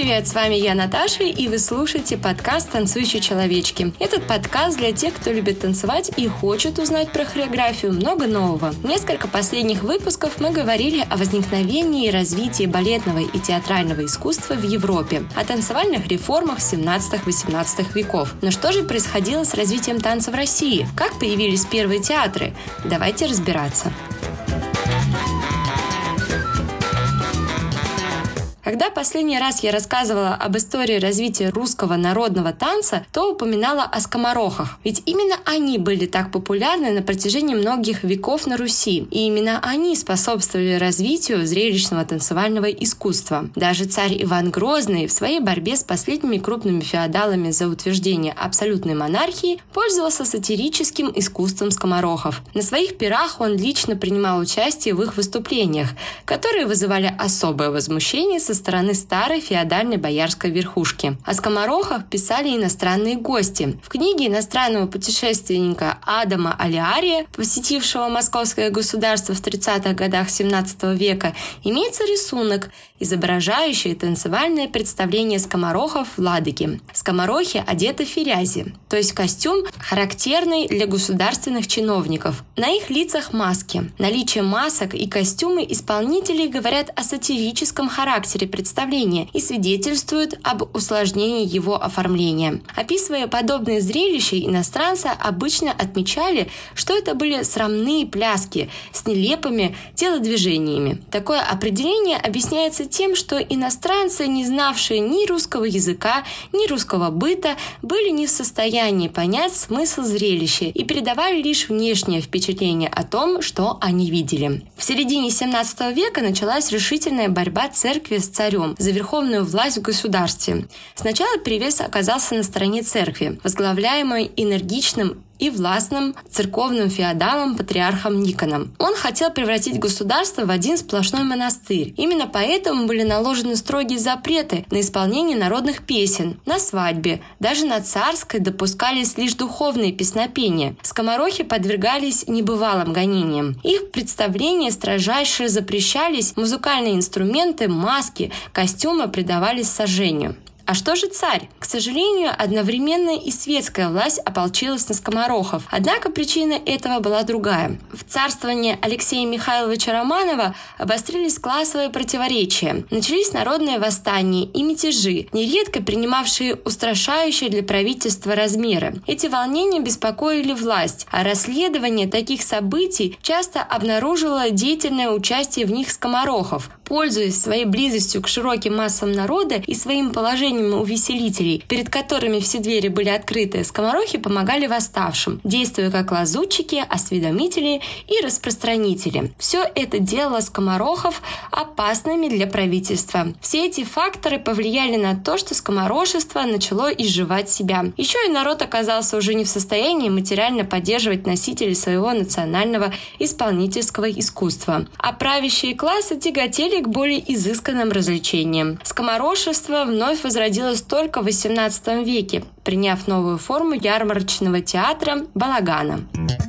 привет! С вами я, Наташа, и вы слушаете подкаст «Танцующие человечки». Этот подкаст для тех, кто любит танцевать и хочет узнать про хореографию много нового. В несколько последних выпусков мы говорили о возникновении и развитии балетного и театрального искусства в Европе, о танцевальных реформах 17-18 веков. Но что же происходило с развитием танца в России? Как появились первые театры? Давайте разбираться. Когда последний раз я рассказывала об истории развития русского народного танца, то упоминала о скоморохах. Ведь именно они были так популярны на протяжении многих веков на Руси. И именно они способствовали развитию зрелищного танцевального искусства. Даже царь Иван Грозный в своей борьбе с последними крупными феодалами за утверждение абсолютной монархии пользовался сатирическим искусством скоморохов. На своих пирах он лично принимал участие в их выступлениях, которые вызывали особое возмущение со стороны старой феодальной боярской верхушки. О скоморохах писали иностранные гости. В книге иностранного путешественника Адама Алиария, посетившего Московское государство в 30-х годах 17 века, имеется рисунок, изображающий танцевальное представление скоморохов в Ладоге. Скоморохи одеты в ферязи, то есть костюм, характерный для государственных чиновников. На их лицах маски. Наличие масок и костюмы исполнителей говорят о сатирическом характере представления и свидетельствуют об усложнении его оформления. Описывая подобные зрелища, иностранцы обычно отмечали, что это были срамные пляски с нелепыми телодвижениями. Такое определение объясняется тем, что иностранцы, не знавшие ни русского языка, ни русского быта, были не в состоянии понять смысл зрелища и передавали лишь внешнее впечатление о том, что они видели. В середине 17 века началась решительная борьба церкви с царем за верховную власть в государстве. Сначала перевес оказался на стороне церкви, возглавляемой энергичным и властным церковным феодалом патриархом Никоном. Он хотел превратить государство в один сплошной монастырь. Именно поэтому были наложены строгие запреты на исполнение народных песен. На свадьбе, даже на царской, допускались лишь духовные песнопения. Скоморохи подвергались небывалым гонениям. Их представления строжайше запрещались, музыкальные инструменты, маски, костюмы предавались сожжению. А что же царь? К сожалению, одновременно и светская власть ополчилась на скоморохов. Однако причина этого была другая. В царствовании Алексея Михайловича Романова обострились классовые противоречия. Начались народные восстания и мятежи, нередко принимавшие устрашающие для правительства размеры. Эти волнения беспокоили власть, а расследование таких событий часто обнаружило деятельное участие в них скоморохов. Пользуясь своей близостью к широким массам народа и своим положением увеселителей, перед которыми все двери были открыты, скоморохи помогали восставшим, действуя как лазутчики, осведомители и распространители. Все это делало скоморохов опасными для правительства. Все эти факторы повлияли на то, что скоморошество начало изживать себя. Еще и народ оказался уже не в состоянии материально поддерживать носителей своего национального исполнительского искусства. А правящие классы тяготели к более изысканным развлечениям. Скоморошество вновь возродилось только в XVIII веке, приняв новую форму ярмарочного театра – балагана.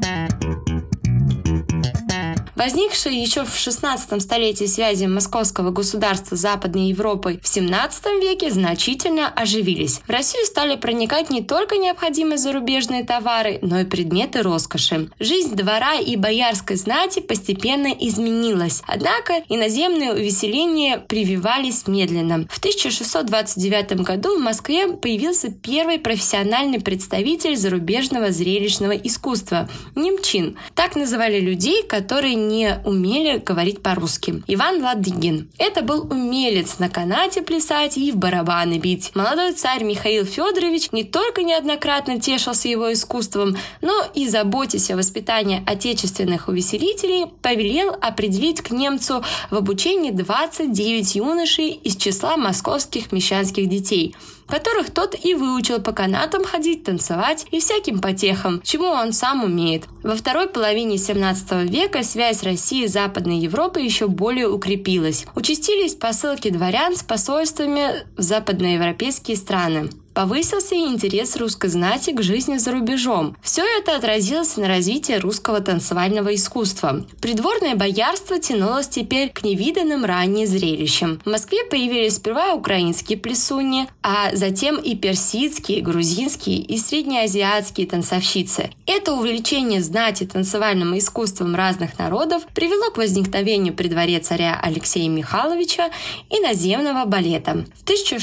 Возникшие еще в XVI столетии связи Московского государства с Западной Европой в XVII веке значительно оживились. В Россию стали проникать не только необходимые зарубежные товары, но и предметы роскоши. Жизнь двора и боярской знати постепенно изменилась, однако иноземные увеселения прививались медленно. В 1629 году в Москве появился первый профессиональный представитель зарубежного зрелищного искусства – немчин. Так называли людей, которые не умели говорить по-русски. Иван Ладыгин. Это был умелец на канате плясать и в барабаны бить. Молодой царь Михаил Федорович не только неоднократно тешился его искусством, но и, заботясь о воспитании отечественных увеселителей, повелел определить к немцу в обучении 29 юношей из числа московских мещанских детей, которых тот и выучил по канатам ходить, танцевать и всяким потехам, чему он сам умеет. Во второй половине 17 века связь России с Западной Европой еще более укрепилась. Участились посылки дворян с посольствами в западноевропейские страны. Повысился и интерес русской знати к жизни за рубежом. Все это отразилось на развитии русского танцевального искусства. Придворное боярство тянулось теперь к невиданным ранее зрелищам. В Москве появились сперва украинские плясуни, а затем и персидские, грузинские и среднеазиатские танцовщицы. Это увлечение знати танцевальным искусством разных народов привело к возникновению при дворе царя Алексея Михайловича иноземного балета. В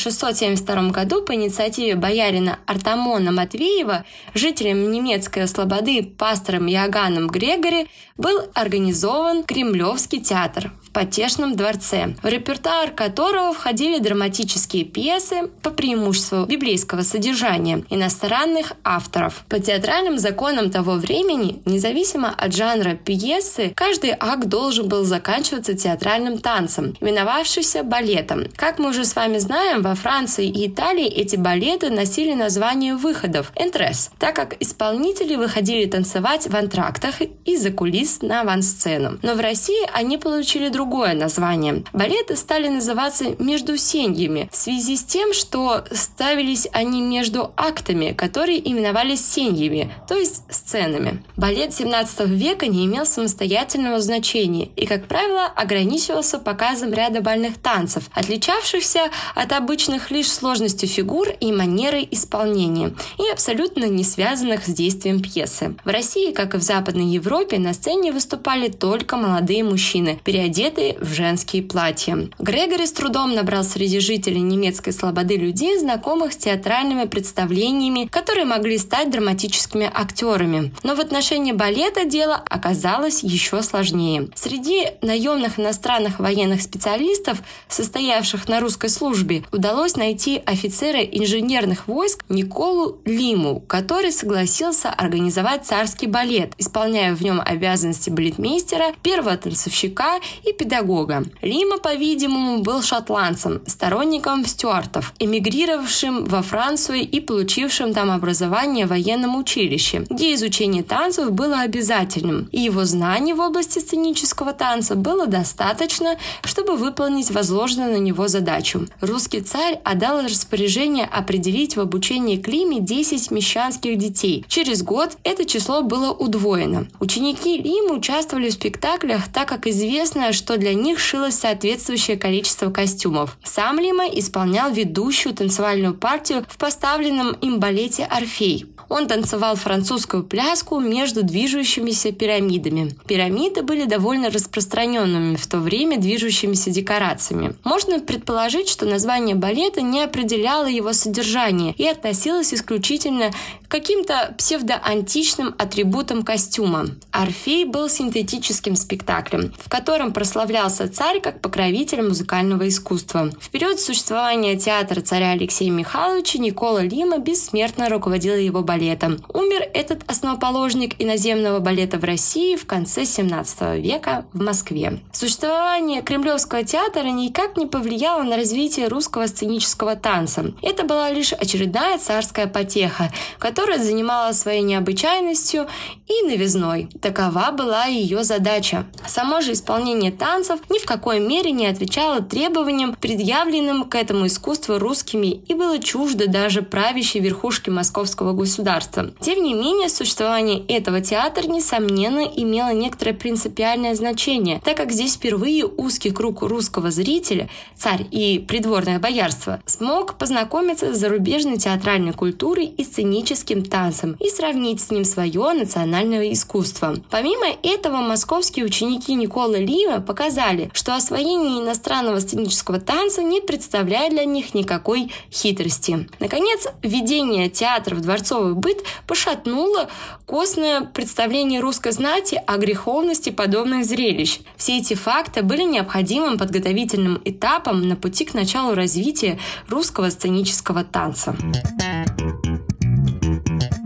1672 году по инициативе боярина Артамона Матвеева жителям немецкой слободы пастором Иоганном Грегори был организован Кремлевский театр в Потешном дворце, в репертуар которого входили драматические пьесы по преимуществу библейского содержания иностранных авторов. По театральным законам того времени, независимо от жанра пьесы, каждый акт должен был заканчиваться театральным танцем, именовавшимся балетом. Как мы уже с вами знаем, во Франции и Италии эти балеты носили название выходов – «энтрес», так как исполнители выходили танцевать в антрактах из-за кулис на авансцену. Но в России они получили другое название. Балеты стали называться междусеньями в связи с тем, что ставились они между актами, которые именовались сеньями, то есть сценами. Балет XVII века не имел самостоятельного значения и, как правило, ограничивался показом ряда бальных танцев, отличавшихся от обычных лишь сложностью фигур и манерой исполнения, и абсолютно не связанных с действием пьесы. В России, как и в Западной Европе, на сцене выступали только молодые мужчины, переодетые в женские платья. Грегори с трудом набрал среди жителей немецкой слободы людей, знакомых с театральными представлениями, которые могли стать драматическими актерами. Но в отношении балета дело оказалось еще сложнее. Среди наемных иностранных военных специалистов, состоявших на русской службе, удалось найти офицера инженерных войск Николу Лиму, который согласился организовать царский балет, исполняя в нем обязанности балетмейстера, первого танцовщика и педагога. Лима, по-видимому, был шотландцем, сторонником стюартов, эмигрировавшим во Францию и получившим там образование в военном училище, где изучение танцев было обязательным, и его знаний в области сценического танца было достаточно, чтобы выполнить возложенную на него задачу. Русский царь отдал распоряжение определить в обучении к Лиме 10 мещанских детей. Через год это число было удвоено. Ученики Лимы участвовали в спектаклях, так как известно, что для них шилось соответствующее количество костюмов. Сам Лима исполнял ведущую танцевальную партию в поставленном им балете «Орфей». Он танцевал французскую пляску между движущимися пирамидами. Пирамиды были довольно распространенными в то время движущимися декорациями. Можно предположить, что название балета не определяло его содержание и относилось исключительно к каким-то псевдоантичным атрибутам костюма. «Орфей» был синтетическим спектаклем, в котором прославлялся царь как покровитель музыкального искусства. В период существования театра царя Алексея Михайловича Никола Лима бессмертно руководил его балетом. Умер этот основоположник иноземного балета в России в конце XVII века в Москве. Существование Кремлевского театра никак не повлияло на развитие русского сценического танца. Это была лишь очередная царская потеха, которая занималась своей необычайностью и новизной. Такова была ее задача. Само же исполнение танцев ни в какой мере не отвечало требованиям, предъявленным к этому искусству русскими, и было чуждо даже правящей верхушке московского государства. Тем не менее, существование этого театра, несомненно, имело некоторое принципиальное значение, так как здесь впервые узкий круг русского зрителя, царь и придворное боярство, смог познакомиться с зарубежной театральной культурой и сценическим танцем и сравнить с ним свое национальное искусство. Помимо этого, московские ученики Николы Лима показали, что освоение иностранного сценического танца не представляет для них никакой хитрости. Наконец, введение театра в дворцовый быт пошатнуло костное представление русской знати о греховности подобных зрелищ. Все эти факты были необходимым подготовительным этапом на пути к началу развития русского сценического танца.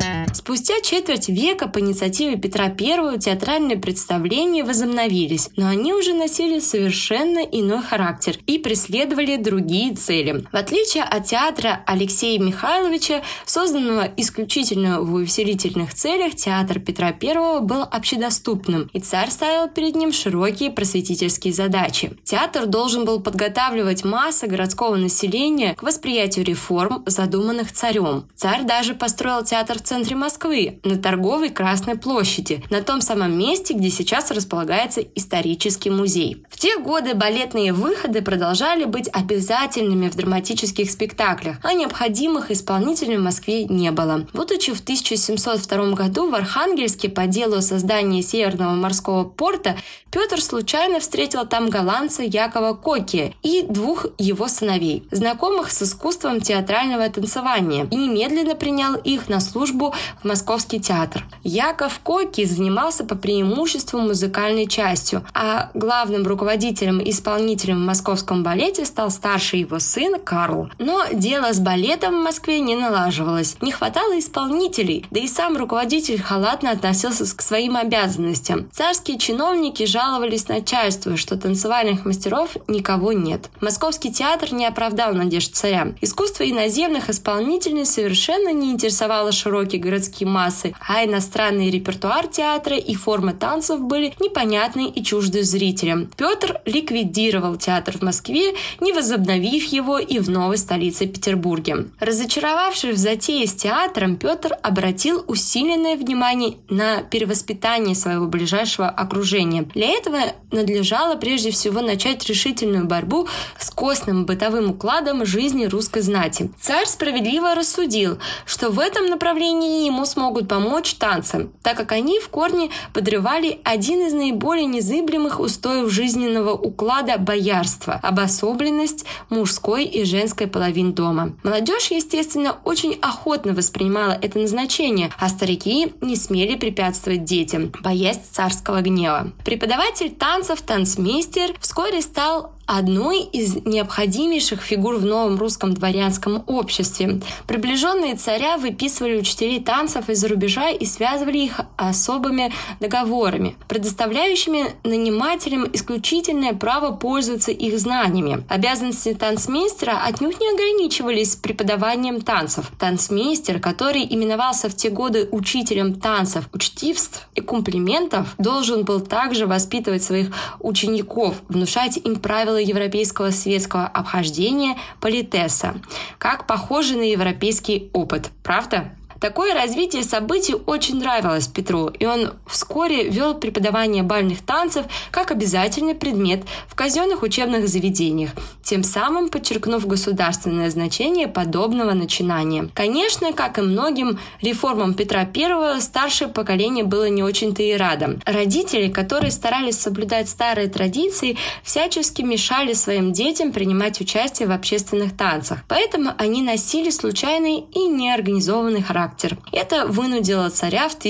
Спустя четверть века по инициативе Петра I театральные представления возобновились, но они уже носили совершенно иной характер и преследовали другие цели. В отличие от театра Алексея Михайловича, созданного исключительно в увеселительных целях, театр Петра I был общедоступным, и царь ставил перед ним широкие просветительские задачи. Театр должен был подготавливать массы городского населения к восприятию реформ, задуманных царем. Царь даже построил театр в центре Москвы, на Торговой Красной площади, на том самом месте, где сейчас располагается исторический музей. В те годы балетные выходы продолжали быть обязательными в драматических спектаклях, а необходимых исполнителей в Москве не было. Будучи в 1702 году в Архангельске по делу создания Северного морского порта, Петр случайно встретил там голландца Якова Коки и двух его сыновей, знакомых с искусством театрального танцевания, и немедленно принял их на службу в Московский театр. Яков Коки занимался по преимуществу музыкальной частью, а главным руководителем и исполнителем в московском балете стал старший его сын Карл. Но дело с балетом в Москве не налаживалось. Не хватало исполнителей, да и сам руководитель халатно относился к своим обязанностям. Царские чиновники жаловались начальству, что танцевальных мастеров никого нет. Московский театр не оправдал надежд царя. Искусство иноземных исполнителей совершенно не интересовало широкие городские массы, а иностранный репертуар театра и формы танцев были непонятны и чужды зрителям. Петр ликвидировал театр в Москве, не возобновив его и в новой столице Петербурге. Разочаровавшись в затее с театром, Петр обратил усиленное внимание на перевоспитание своего ближайшего окружения. Для этого надлежало прежде всего начать решительную борьбу с костным бытовым укладом жизни русской знати. Царь справедливо рассудил, что в этом направлении ему смогут помочь танцы, так как они в корне подрывали один из наиболее незыблемых устоев жизненного уклада боярства – обособленность мужской и женской половин дома. Молодежь, естественно, очень охотно воспринимала это назначение, а старики не смели препятствовать детям, боясь царского гнева. Преподаватель танцев, танцмейстер, вскоре стал одной из необходимейших фигур в новом русском дворянском обществе. Приближенные царя выписывали учителей танцев из-за рубежа и связывали их особыми договорами, предоставляющими нанимателям исключительное право пользоваться их знаниями. Обязанности танцмейстера отнюдь не ограничивались преподаванием танцев. Танцмейстер, который именовался в те годы учителем танцев, учтивств и комплиментов, должен был также воспитывать своих учеников, внушать им правила европейского светского обхождения, политеса, как похоже на европейский опыт. Правда? Такое развитие событий очень нравилось Петру, и он вскоре вел преподавание бальных танцев как обязательный предмет в казенных учебных заведениях, тем самым подчеркнув государственное значение подобного начинания. Конечно, как и многим реформам Петра I, старшее поколение было не очень-то и радо. Родители, которые старались соблюдать старые традиции, всячески мешали своим детям принимать участие в общественных танцах, поэтому они носили случайный и неорганизованный характер. Это вынудило царя в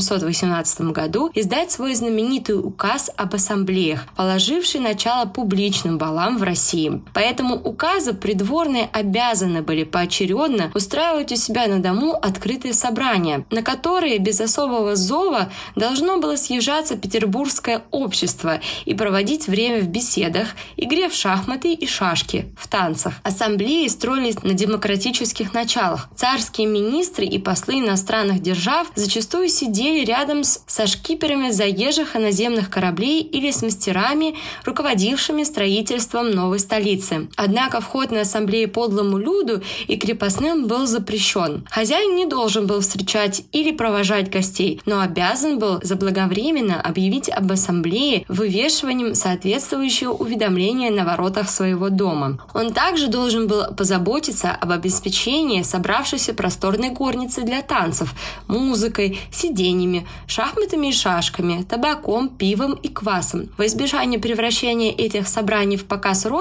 1718 году издать свой знаменитый указ об ассамблеях, положивший начало публичным балам в России. По этому указу придворные обязаны были поочередно устраивать у себя на дому открытые собрания, на которые без особого зова должно было съезжаться петербургское общество и проводить время в беседах, игре в шахматы и шашки, в танцах. Ассамблеи строились на демократических началах. Царские министры и послы иностранных держав зачастую сидели рядом со шкиперами заезжих иноземных кораблей или с мастерами, руководившими строительством новой столицы. Однако вход на ассамблеи подлому люду и крепостным был запрещен. Хозяин не должен был встречать или провожать гостей, но обязан был заблаговременно объявить об ассамблее вывешиванием соответствующего уведомления на воротах своего дома. Он также должен был позаботиться об обеспечении собравшейся просторной горницы для танцев, музыкой, сиденьями, шахматами и шашками, табаком, пивом и квасом. Во избежание превращения этих собраний в показ роскоши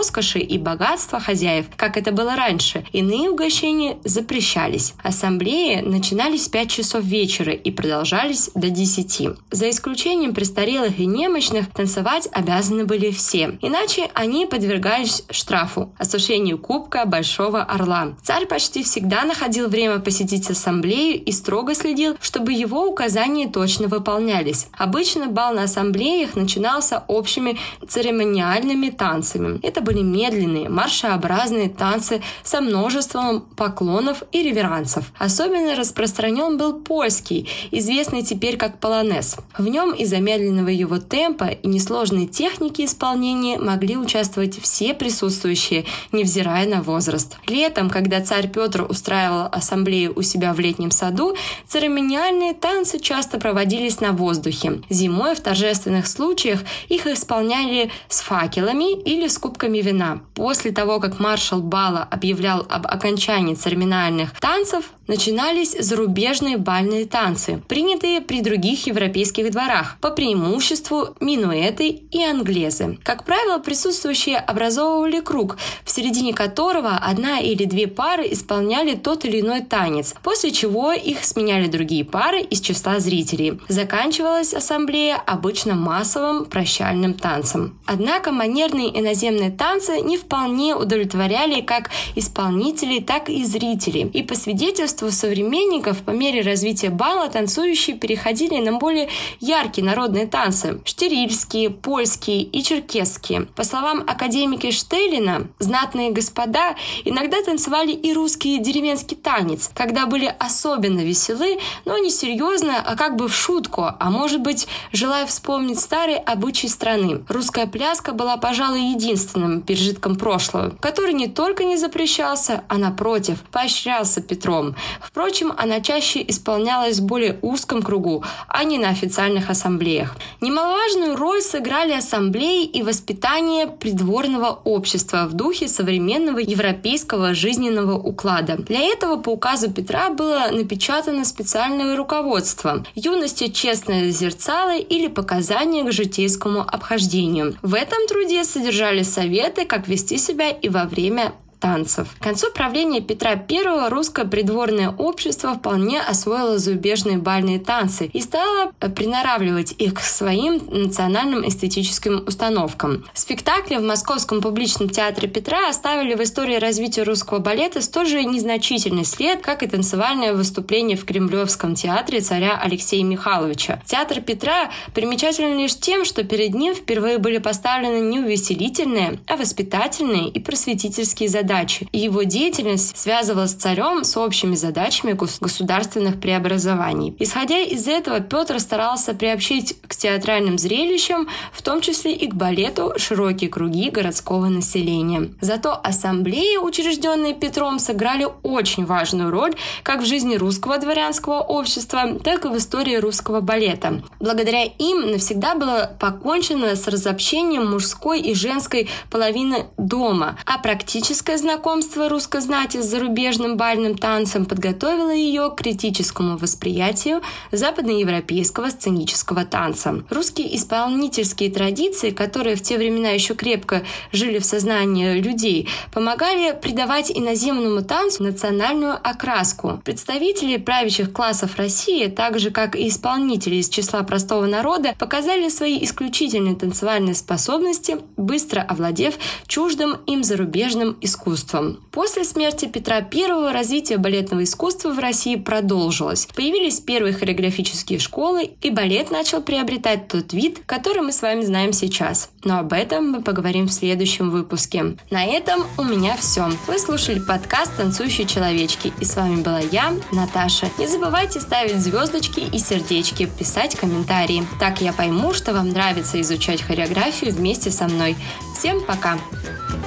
и богатства хозяев, как это было раньше, иные угощения запрещались. Ассамблеи начинались в 5 часов вечера и продолжались до 10. За исключением престарелых и немощных, танцевать обязаны были все. Иначе они подвергались штрафу – осушению кубка Большого Орла. Царь почти всегда находил время посетить ассамблею и строго следил, чтобы его указания точно выполнялись. Обычно бал на ассамблеях начинался общими церемониальными танцами. Это были медленные, маршеобразные танцы со множеством поклонов и реверансов. Особенно распространен был польский, известный теперь как полонез. В нем из-за медленного его темпа и несложной техники исполнения могли участвовать все присутствующие, невзирая на возраст. Летом, когда царь Петр устраивал ассамблею у себя в летнем саду, церемониальные танцы часто проводились на воздухе. Зимой в торжественных случаях их исполняли с факелами или с кубками вина. После того, как маршал бала объявлял об окончании церемониальных танцев, начинались зарубежные бальные танцы, принятые при других европейских дворах, по преимуществу минуэты и англезы. Как правило, присутствующие образовывали круг, в середине которого одна или две пары исполняли тот или иной танец, после чего их сменяли другие пары из числа зрителей. Заканчивалась ассамблея обычно массовым прощальным танцем. Однако манерные иноземные танцы не вполне удовлетворяли как исполнителей, так и зрителей. И по свидетельству современников, по мере развития бала танцующие переходили на более яркие народные танцы – штирильские, польские и черкесские. По словам академика Штеллина, знатные господа иногда танцевали и русский деревенский танец, когда были особенно веселы, но не серьезно, а как бы в шутку, а может быть, желая вспомнить старые обычаи страны. Русская пляска была, пожалуй, единственным пережитком прошлого, который не только не запрещался, а напротив, поощрялся Петром. Впрочем, она чаще исполнялась в более узком кругу, а не на официальных ассамблеях. Немаловажную роль сыграли ассамблеи и воспитание придворного общества в духе современного европейского жизненного уклада. Для этого по указу Петра было напечатано специальное руководство «Юности честное зерцало» или «Показания к житейскому обхождению». В этом труде содержались советы, как вести себя и во время танцев. К концу правления Петра I русское придворное общество вполне освоило зарубежные бальные танцы и стало приноравливать их к своим национальным эстетическим установкам. Спектакли в Московском публичном театре Петра оставили в истории развития русского балета столь же незначительный след, как и танцевальное выступление в Кремлевском театре царя Алексея Михайловича. Театр Петра примечателен лишь тем, что перед ним впервые были поставлены не увеселительные, а воспитательные и просветительские задачи. И его деятельность связывалась с царем с общими задачами государственных преобразований. Исходя из этого, Петр старался приобщить к театральным зрелищам, в том числе и к балету, широкие круги городского населения. Зато ассамблеи, учрежденные Петром, сыграли очень важную роль как в жизни русского дворянского общества, так и в истории русского балета. Благодаря им навсегда было покончено с разобщением мужской и женской половины дома, а практическое знакомство русской знати с зарубежным бальным танцем подготовило ее к критическому восприятию западноевропейского сценического танца. Русские исполнительские традиции, которые в те времена еще крепко жили в сознании людей, помогали придавать иноземному танцу национальную окраску. Представители правящих классов России, так же как и исполнители из числа простого народа, показали свои исключительные танцевальные способности, быстро овладев чуждым им зарубежным искусством. После смерти Петра I развитие балетного искусства в России продолжилось. Появились первые хореографические школы, и балет начал приобретать тот вид, который мы с вами знаем сейчас. Но об этом мы поговорим в следующем выпуске. На этом у меня все. Вы слушали подкаст «Танцующие человечки», и с вами была я, Наташа. Не забывайте ставить звездочки и сердечки, писать комментарии. Так я пойму, что вам нравится изучать хореографию вместе со мной. Всем пока!